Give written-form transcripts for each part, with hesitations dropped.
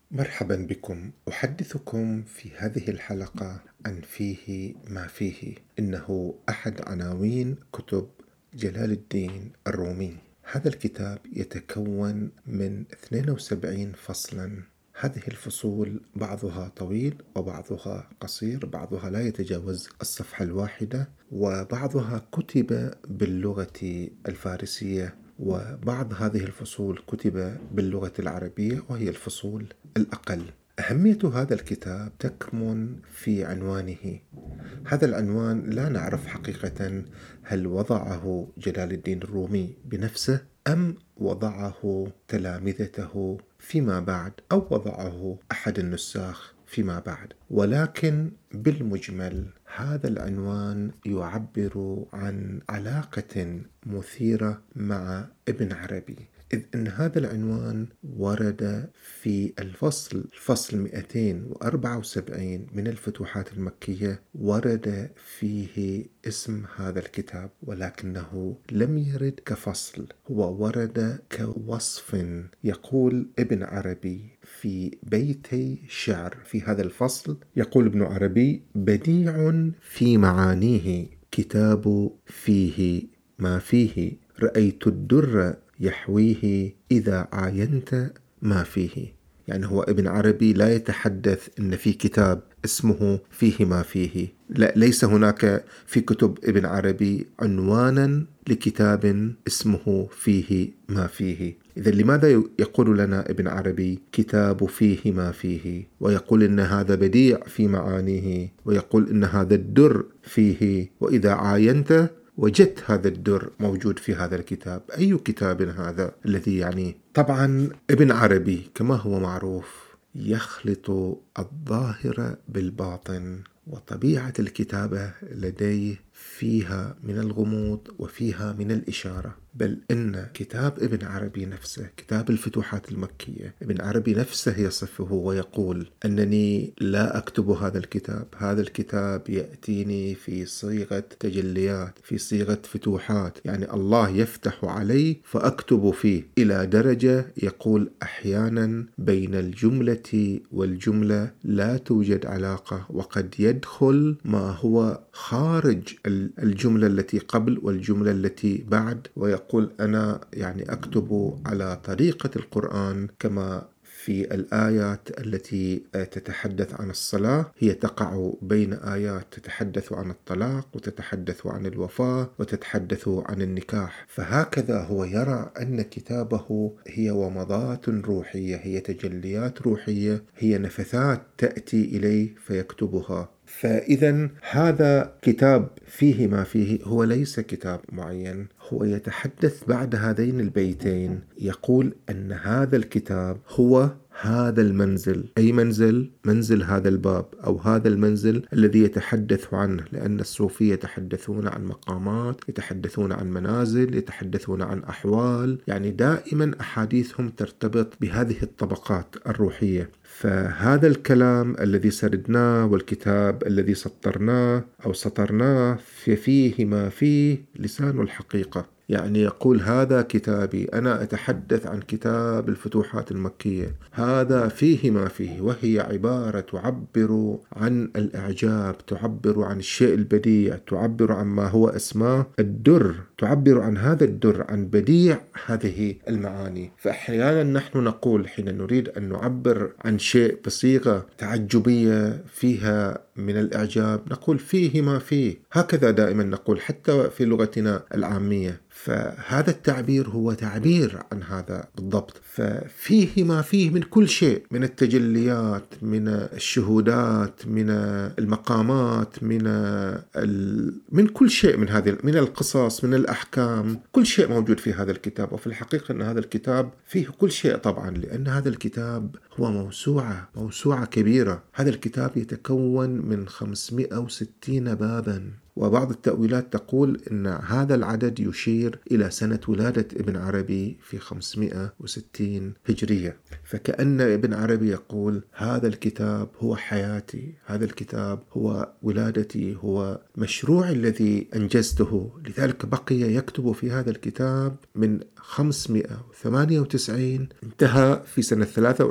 مرحبا بكم. أحدثكم في هذه الحلقة عن فيه ما فيه. إنه أحد عناوين كتب جلال الدين الرومي. هذا الكتاب يتكون من 72 فصلا. هذه الفصول بعضها طويل وبعضها قصير، بعضها لا يتجاوز الصفحة الواحدة، وبعضها كتب باللغة الفارسية، وبعض هذه الفصول كتب باللغة العربية وهي الفصول الأقل. أهمية هذا الكتاب تكمن في عنوانه. هذا العنوان لا نعرف حقيقة هل وضعه جلال الدين الرومي بنفسه أم وضعه تلامذته فيما بعد، أو وضعه أحد النساخ فيما بعد، ولكن بالمجمل هذا العنوان يعبر عن علاقة مثيرة مع ابن عربي، إذ أن هذا العنوان ورد في الفصل 274 من الفتوحات المكية، ورد فيه اسم هذا الكتاب، ولكنه لم يرد كفصل، هو ورد كوصف. يقول ابن عربي في بيتي شعر في هذا الفصل، يقول ابن عربي: بديع في معانيه، كتاب فيه ما فيه، رأيت الدر يحويه إذا عاينت ما فيه. يعني هو ابن عربي لا يتحدث إن في كتاب اسمه فيه ما فيه، لا، ليس هناك في كتب ابن عربي عنوانا لكتاب اسمه فيه ما فيه. إذا لماذا يقول لنا ابن عربي كتاب فيه ما فيه، ويقول إن هذا بديع في معانيه، ويقول إن هذا الدر فيه، وإذا عاينت وجدت هذا الدر موجود في هذا الكتاب؟ أي كتاب هذا الذي يعني؟ طبعا ابن عربي كما هو معروف يخلط الظاهر بالباطن، وطبيعة الكتابة لديه فيها من الغموض وفيها من الإشارة. بل إن كتاب ابن عربي نفسه، كتاب الفتوحات المكية، ابن عربي نفسه يصفه ويقول أنني لا أكتب هذا الكتاب، هذا الكتاب يأتيني في صيغة تجليات، في صيغة فتوحات، يعني الله يفتح علي فأكتب فيه، إلى درجة يقول أحيانا بين الجملة والجملة لا توجد علاقة، وقد يدخل ما هو خارج الجملة التي قبل والجملة التي بعد، ويقول أنا يعني أكتب على طريقة القرآن، كما في الآيات التي تتحدث عن الصلاة، هي تقع بين آيات تتحدث عن الطلاق وتتحدث عن الوفاة وتتحدث عن النكاح. فهكذا هو يرى أن كتابه هي ومضات روحية، هي تجليات روحية، هي نفثات تأتي إليه فيكتبها. فإذا هذا كتاب فيه ما فيه هو ليس كتاب معين، هو يتحدث بعد هذين البيتين، يقول أن هذا الكتاب هو هذا المنزل. أي منزل؟ منزل هذا الباب، أو هذا المنزل الذي يتحدث عنه، لأن الصوفية يتحدثون عن مقامات، يتحدثون عن منازل، يتحدثون عن أحوال، يعني دائما أحاديثهم ترتبط بهذه الطبقات الروحية. فهذا الكلام الذي سردناه والكتاب الذي سطرناه أو سطرناه فيه ما فيه لسان الحقيقة، يعني يقول هذا كتابي، أنا أتحدث عن كتاب الفتوحات المكية، هذا فيه ما فيه، وهي عبارة تعبر عن الإعجاب، تعبر عن الشيء البديع، تعبر عن ما هو اسماه الدر، تعبر عن هذا الدر، عن بديع هذه المعاني. فأحيانا نحن نقول حين نريد أن نعبر عن شيء بصيغة تعجبية فيها من الإعجاب نقول فيه ما فيه، هكذا دائما نقول حتى في لغتنا العامية. فهذا التعبير هو تعبير عن هذا بالضبط. ففيه ما فيه من كل شيء، من التجليات، من الشهودات، من المقامات، من كل شيء، من هذه، من القصص، من الأحكام، كل شيء موجود في هذا الكتاب. وفي الحقيقة أن هذا الكتاب فيه كل شيء طبعا، لأن هذا الكتاب هو موسوعة كبيرة. هذا الكتاب يتكون من 560 بابا، وبعض التأويلات تقول أن هذا العدد يشير إلى سنة ولادة ابن عربي في 560 هجرية. فكأن ابن عربي يقول هذا الكتاب هو حياتي، هذا الكتاب هو ولادتي، هو مشروع الذي أنجزته. لذلك بقي يكتب في هذا الكتاب من 598، انتهى في سنة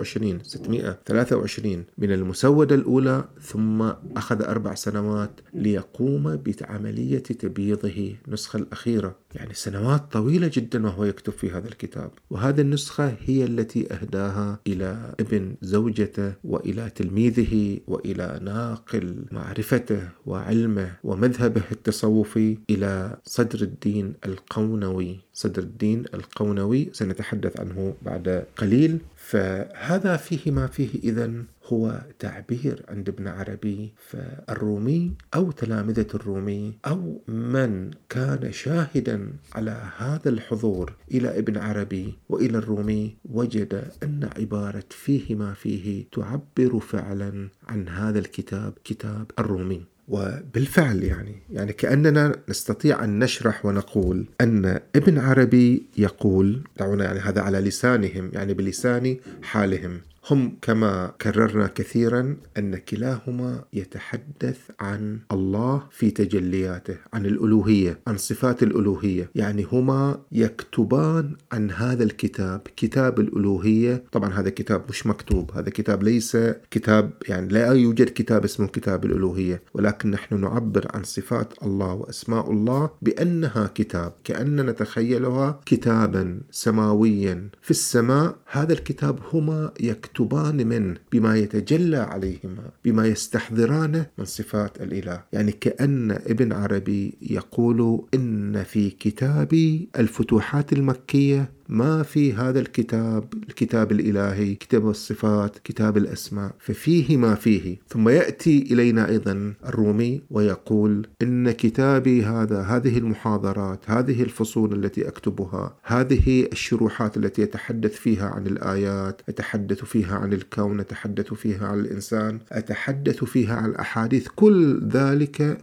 623 من المسودة الأولى، ثم أخذ 4 سنوات ليقوم بعملية تبييضه النسخة الأخيرة. يعني سنوات طويلة جدا وهو يكتب في هذا الكتاب. وهذه النسخة هي التي أهداها إلى ابن زوجته وإلى تلميذه وإلى ناقل معرفته وعلمه ومذهبه التصوفي إلى صدر الدين القونوي. صدر الدين القونوي سنتحدث عنه بعد قليل. فهذا فيه ما فيه إذن هو تعبير عند ابن عربي. فالرومي أو تلامذة الرومي أو من كان شاهدا على هذا الحضور إلى ابن عربي وإلى الرومي وجد أن عبارة فيه ما فيه تعبر فعلا عن هذا الكتاب، كتاب الرومي. وبالفعل يعني كأننا نستطيع أن نشرح ونقول أن ابن عربي يقول، دعونا يعني هذا على لسانهم، يعني بلسان حالهم هم، كما كررنا كثيرا أن كلاهما يتحدث عن الله في تجلياته، عن الألوهية، عن صفات الألوهية. يعني هما يكتبان عن هذا الكتاب، كتاب الألوهية. طبعا هذا كتاب مش مكتوب، هذا كتاب ليس كتاب، يعني لا يوجد كتاب اسمه كتاب الألوهية، ولكن نحن نعبر عن صفات الله وأسماء الله بأنها كتاب، كأننا نتخيلها كتابا سماويا في السماء. هذا الكتاب هما يكتبان منه بما يتجلى عليهما، بما يستحضرانه من صفات الإله. يعني كأن ابن عربي يقول إن في كتابي الفتوحات المكية ما في هذا الكتاب، الكتاب الإلهي، كتاب الصفات، كتاب الأسماء، ففيه ما فيه. ثم يأتي إلينا أيضا الرومي ويقول إن كتابي هذا، هذه المحاضرات، هذه الفصول التي أكتبها، هذه الشروحات التي يتحدث فيها عن الآيات، أتحدث فيها عن الكون، أتحدث فيها عن الإنسان، أتحدث فيها عن الأحاديث، كل ذلك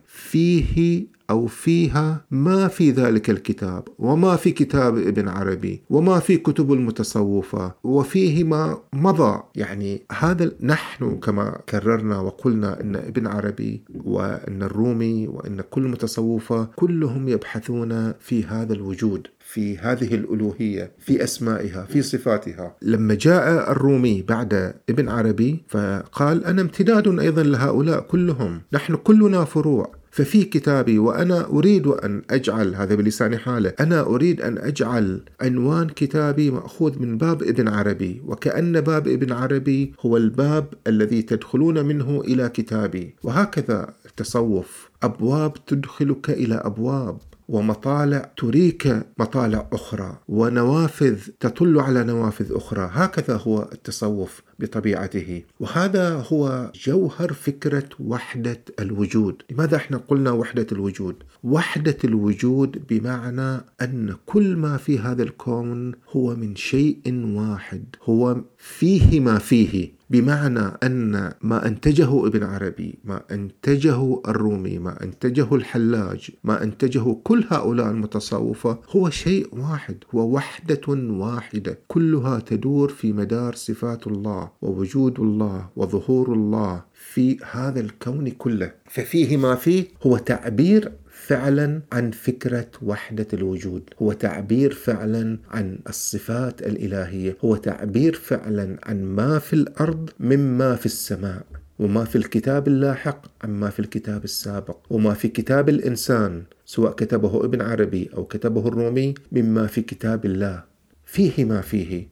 فيه أو فيها ما في ذلك الكتاب، وما في كتاب ابن عربي، وما في كتب المتصوفة، وفيه ما مضى. يعني هذا نحن كما كررنا وقلنا أن ابن عربي وأن الرومي وأن كل متصوفة كلهم يبحثون في هذا الوجود، في هذه الألوهية، في أسمائها، في صفاتها. لما جاء الرومي بعد ابن عربي فقال أنا امتداد أيضا لهؤلاء كلهم، نحن كلنا فروع. ففي كتابي وأنا أريد أن أجعل، هذا بلسان حاله، أنا أريد أن أجعل عنوان كتابي مأخوذ من باب ابن عربي، وكأن باب ابن عربي هو الباب الذي تدخلون منه إلى كتابي. وهكذا التصوف، أبواب تدخلك إلى أبواب، ومطالع تريك مطالع أخرى، ونوافذ تطل على نوافذ أخرى. هكذا هو التصوف بطبيعته. وهذا هو جوهر فكرة وحدة الوجود. لماذا احنا قلنا وحدة الوجود؟ وحدة الوجود بمعنى أن كل ما في هذا الكون هو من شيء واحد، هو فيه ما فيه. بمعنى أن ما أنتجه ابن عربي، ما أنتجه الرومي، ما أنتجه الحلاج، ما أنتجه كل هؤلاء المتصوفة هو شيء واحد، هو وحدة واحدة، كلها تدور في مدار صفات الله ووجود الله وظهور الله في هذا الكون كله. ففيه ما فيه هو تعبير فعلا عن فكرة وحدة الوجود، هو تعبير فعلا عن الصفات الإلهية، هو تعبير فعلا عن ما في الأرض مما في السماء، وما في الكتاب اللاحق عما في الكتاب السابق، وما في كتاب الإنسان سواء كتبه ابن عربي أو كتبه الرومي مما في كتاب الله. فيه ما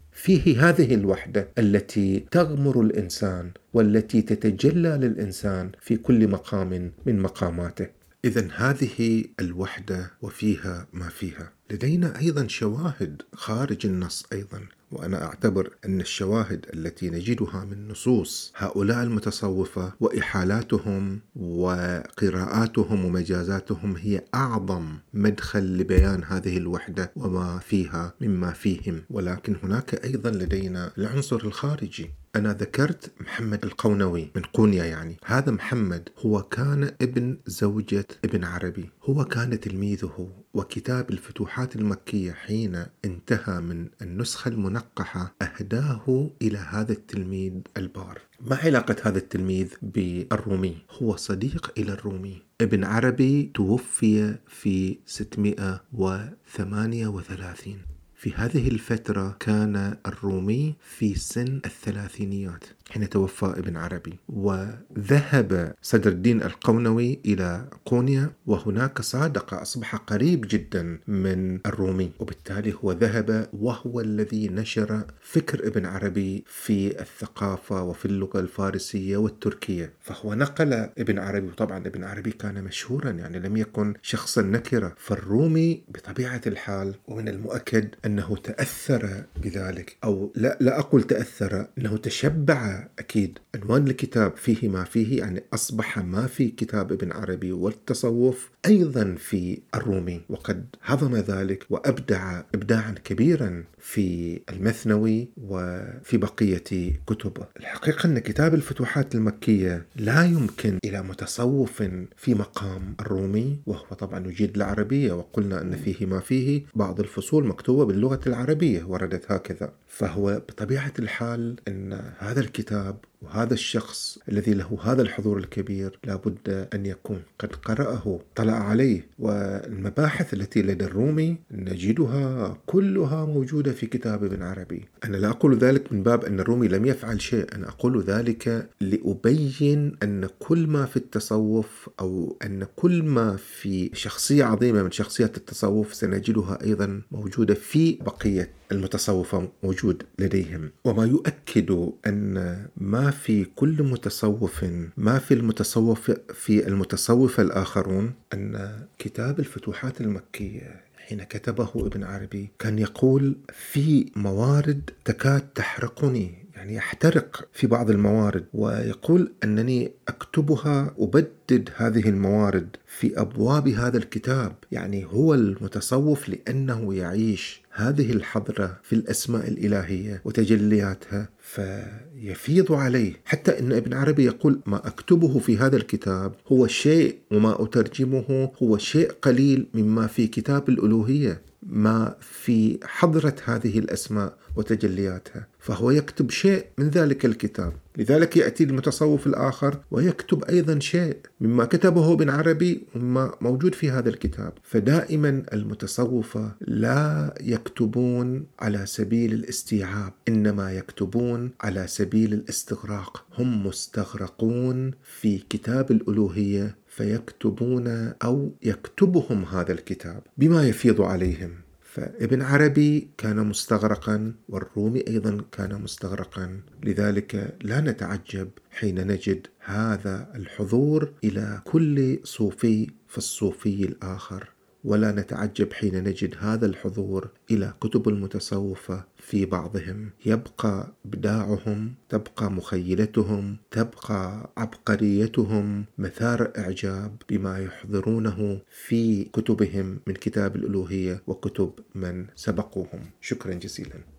فيه هذه الوحدة التي تغمر الإنسان والتي تتجلى للإنسان في كل مقام من مقاماته. إذن هذه الوحدة وفيها ما فيها. لدينا أيضا شواهد خارج النص أيضا، وأنا أعتبر أن الشواهد التي نجدها من نصوص هؤلاء المتصوفة وإحالاتهم وقراءاتهم ومجازاتهم هي أعظم مدخل لبيان هذه الوحدة وما فيها مما فيهم. ولكن هناك أيضا لدينا العنصر الخارجي. أنا ذكرت محمد القونوي من قونيا، يعني هذا محمد هو كان ابن زوجة ابن عربي، هو كان تلميذه، وكتاب الفتوحات المكية حين انتهى من النسخة المنقحة أهداه إلى هذا التلميذ البار. ما علاقة هذا التلميذ بالرومي؟ هو صديق إلى الرومي. ابن عربي توفي في 638. في هذه الفترة كان الرومي في سن الثلاثينيات حين توفى ابن عربي، وذهب صدر الدين القونوي إلى قونيا، وهناك صادق أصبح قريب جدا من الرومي، وبالتالي هو ذهب وهو الذي نشر فكر ابن عربي في الثقافة وفي اللغة الفارسية والتركية. فهو نقل ابن عربي، وطبعا ابن عربي كان مشهورا، يعني لم يكن شخصا نكرة. فالرومي بطبيعة الحال ومن المؤكد أنه تأثر بذلك، أو لا أقول تأثر، أنه تشبع. أكيد عنوان الكتاب فيه ما فيه، يعني أصبح ما في كتاب ابن عربي والتصوف أيضا في الرومي، وقد هضم ذلك وأبدع إبداعا كبيرا في المثنوي وفي بقية كتبه. الحقيقة أن كتاب الفتوحات المكية لا يمكن إلى متصوف في مقام الرومي، وهو طبعا يجيد العربية، وقلنا أن فيه ما فيه بعض الفصول مكتوبة باللغة العربية وردت هكذا. فهو بطبيعة الحال أن هذا الكتاب وهذا الشخص الذي له هذا الحضور الكبير لابد أن يكون قد قرأه، طلع عليه. والمباحث التي لدى الرومي نجدها كلها موجودة في كتاب ابن عربي. أنا لا أقول ذلك من باب أن الرومي لم يفعل شيء، أنا أقول ذلك لأبين أن كل ما في التصوف، أو أن كل ما في شخصية عظيمة من شخصيات التصوف سنجدها أيضا موجودة في بقية المتصوفة، موجود لديهم. وما يؤكد أن ما في كل متصوف، ما في المتصوفة الآخرون، أن كتاب الفتوحات المكية حين كتبه ابن عربي كان يقول في موارد تكاد تحرقني، يعني يحترق في بعض الموارد، ويقول أنني أكتبها أبدد هذه الموارد في أبواب هذا الكتاب. يعني هو المتصوف لأنه يعيش هذه الحضرة في الأسماء الإلهية وتجلياتها فيفيض عليه، حتى أن ابن عربي يقول ما أكتبه في هذا الكتاب هو شيء، وما أترجمه هو شيء قليل مما في كتاب الألوهية، ما في حضرة هذه الأسماء وتجلياتها. فهو يكتب شيء من ذلك الكتاب، لذلك يأتي المتصوف الآخر ويكتب أيضا شيء مما كتبه ابن عربي ومما موجود في هذا الكتاب. فدائما المتصوفة لا يكتبون على سبيل الاستيعاب، إنما يكتبون على سبيل الاستغراق. هم مستغرقون في كتاب الألوهية، فيكتبون أو يكتبهم هذا الكتاب بما يفيض عليهم. فابن عربي كان مستغرقا، والرومي أيضا كان مستغرقا، لذلك لا نتعجب حين نجد هذا الحضور إلى كل صوفي في الصوفي الآخر، ولا نتعجب حين نجد هذا الحضور إلى كتب المتصوفة في بعضهم. يبقى إبداعهم، تبقى مخيلتهم، تبقى عبقريتهم مثار إعجاب بما يحضرونه في كتبهم من كتاب الألوهية وكتب من سبقوهم. شكرا جزيلا.